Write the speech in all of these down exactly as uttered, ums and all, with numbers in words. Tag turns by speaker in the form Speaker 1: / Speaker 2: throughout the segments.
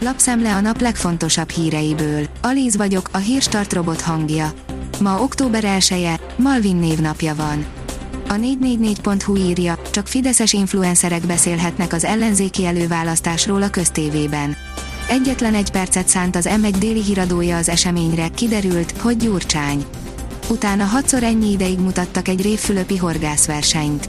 Speaker 1: Lapszemle a nap legfontosabb híreiből. Alíz vagyok, a Hírstart robot hangja. Ma október elseje, Malvin névnapja van. A négy négy négy pont hu írja, csak fideszes influencerek beszélhetnek az ellenzéki előválasztásról a köztévében. Egyetlen egy percet szánt az em egy déli híradója az eseményre, kiderült, hogy Gyurcsány. Utána hatszor ennyi ideig mutattak egy révfülöpi horgászversenyt.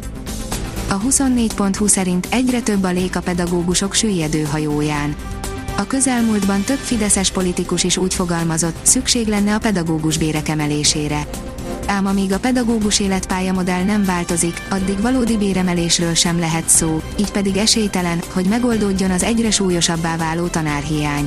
Speaker 1: A huszonnégy pont hu szerint egyre több a lék a pedagógusok süllyedő hajóján. A közelmúltban több fideszes politikus is úgy fogalmazott, szükség lenne a pedagógus bérek emelésére. Ám amíg a pedagógus életpályamodell nem változik, addig valódi béremelésről sem lehet szó, így pedig esélytelen, hogy megoldódjon az egyre súlyosabbá váló tanárhiány.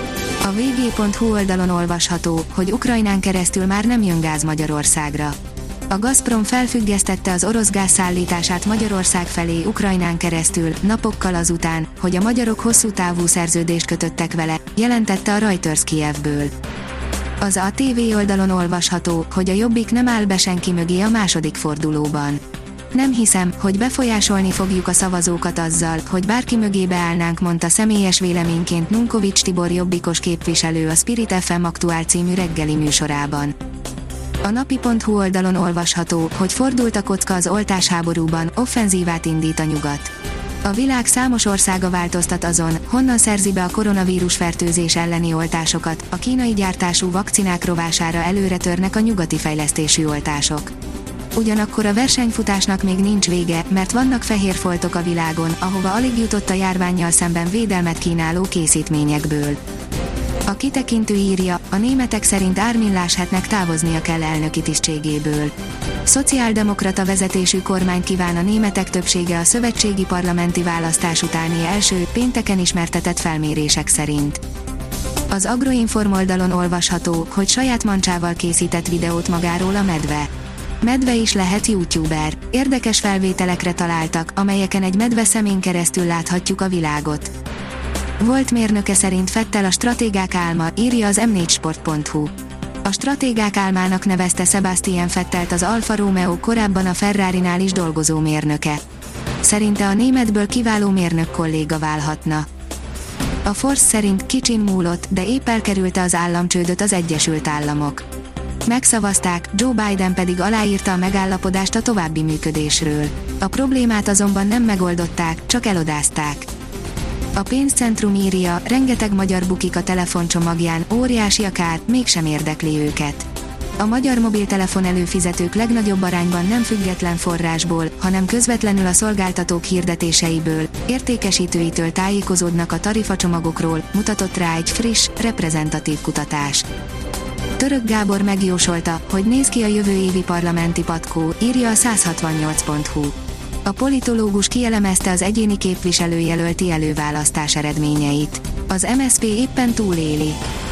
Speaker 1: A vé gé pont hu oldalon olvasható, hogy Ukrajnán keresztül már nem jön gáz Magyarországra. A Gazprom felfüggesztette az orosz gáz szállítását Magyarország felé Ukrajnán keresztül, napokkal azután, hogy a magyarok hosszú távú szerződést kötöttek vele, jelentette a Reuters Kijevből. Az á té vé oldalon olvasható, hogy a Jobbik nem áll be senki mögé a második fordulóban. Nem hiszem, hogy befolyásolni fogjuk a szavazókat azzal, hogy bárki mögé beállnánk, mondta személyes véleményként Nunkovics Tibor jobbikos képviselő a Spirit ef em Aktuál című reggeli műsorában. A napi pont hu oldalon olvasható, hogy fordult a kocka az oltásháborúban, offenzívát indít a nyugat. A világ számos országa változtat azon, honnan szerzi be a koronavírus fertőzés elleni oltásokat, a kínai gyártású vakcinák rovására előre törnek a nyugati fejlesztésű oltások. Ugyanakkor a versenyfutásnak még nincs vége, mert vannak fehér foltok a világon, ahova alig jutott a járvánnyal szemben védelmet kínáló készítményekből. A kitekintő írja, a németek szerint Armin Laschetnek távoznia kell elnöki tisztségéből. Szociáldemokrata vezetésű kormányt kíván a németek többsége a szövetségi parlamenti választás utáni első, pénteken ismertetett felmérések szerint. Az Agroinform oldalon olvasható, hogy saját mancsával készített videót magáról a medve. Medve is lehet youtuber. Érdekes felvételekre találtak, amelyeken egy medve szemén keresztül láthatjuk a világot. Volt mérnöke szerint Vettel a stratégák álma, írja az em négy sport pont hu. A stratégák álmának nevezte Sebastian Vettelt az Alfa Romeo korábban a Ferrarinál is dolgozó mérnöke. Szerinte a németből kiváló mérnök kolléga válhatna. A Force szerint kicsin múlott, de épp elkerülte az államcsődöt az Egyesült Államok. Megszavazták, Joe Biden pedig aláírta a megállapodást a további működésről. A problémát azonban nem megoldották, csak elodázták. A pénzcentrum írja, rengeteg magyar bukik a telefoncsomagján, óriási a kár, mégsem érdekli őket. A magyar mobiltelefon előfizetők legnagyobb arányban nem független forrásból, hanem közvetlenül a szolgáltatók hirdetéseiből, értékesítőitől tájékozódnak a tarifacsomagokról, mutatott rá egy friss, reprezentatív kutatás. Török Gábor megjósolta, hogy néz ki a jövő évi parlamenti patkó, írja a száz hatvannyolc pont hu. A politológus kielemezte az egyéni képviselőjelölti előválasztás eredményeit. Az em es zé pé éppen túléli.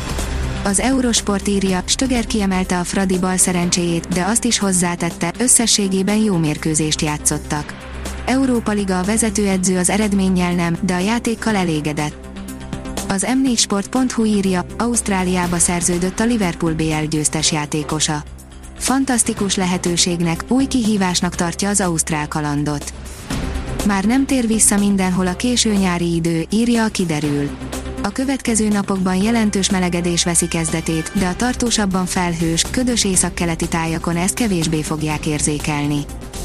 Speaker 1: Az Eurosport írja, Stöger kiemelte a Fradi bal szerencséjét, de azt is hozzátette, összességében jó mérkőzést játszottak. Európa Liga a vezetőedző az eredménnyel nem, de a játékkal elégedett. Az em négy sport pont hu írja, Ausztráliába szerződött a Liverpool bé el győztes játékosa. Fantasztikus lehetőségnek, új kihívásnak tartja az ausztrál kalandot. Már nem tér vissza mindenhol a késő nyári idő, írja a Kiderül. A következő napokban jelentős melegedés veszi kezdetét, de a tartósabban felhős, ködös északkeleti tájakon ezt kevésbé fogják érzékelni.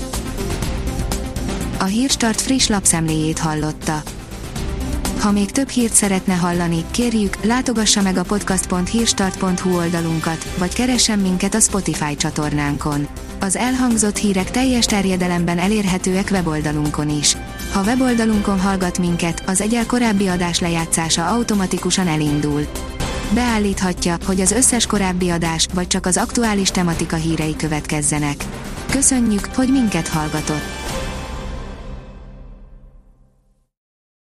Speaker 1: A Hírstart friss lapszemléjét hallotta. Ha még több hírt szeretne hallani, kérjük, látogassa meg a podcast pont hírstart pont hu oldalunkat, vagy keressen minket a Spotify csatornánkon. Az elhangzott hírek teljes terjedelemben elérhetőek weboldalunkon is. Ha weboldalunkon hallgat minket, az egyel korábbi adás lejátszása automatikusan elindul. Beállíthatja, hogy az összes korábbi adás, vagy csak az aktuális tematika hírei következzenek. Köszönjük, hogy minket hallgatott!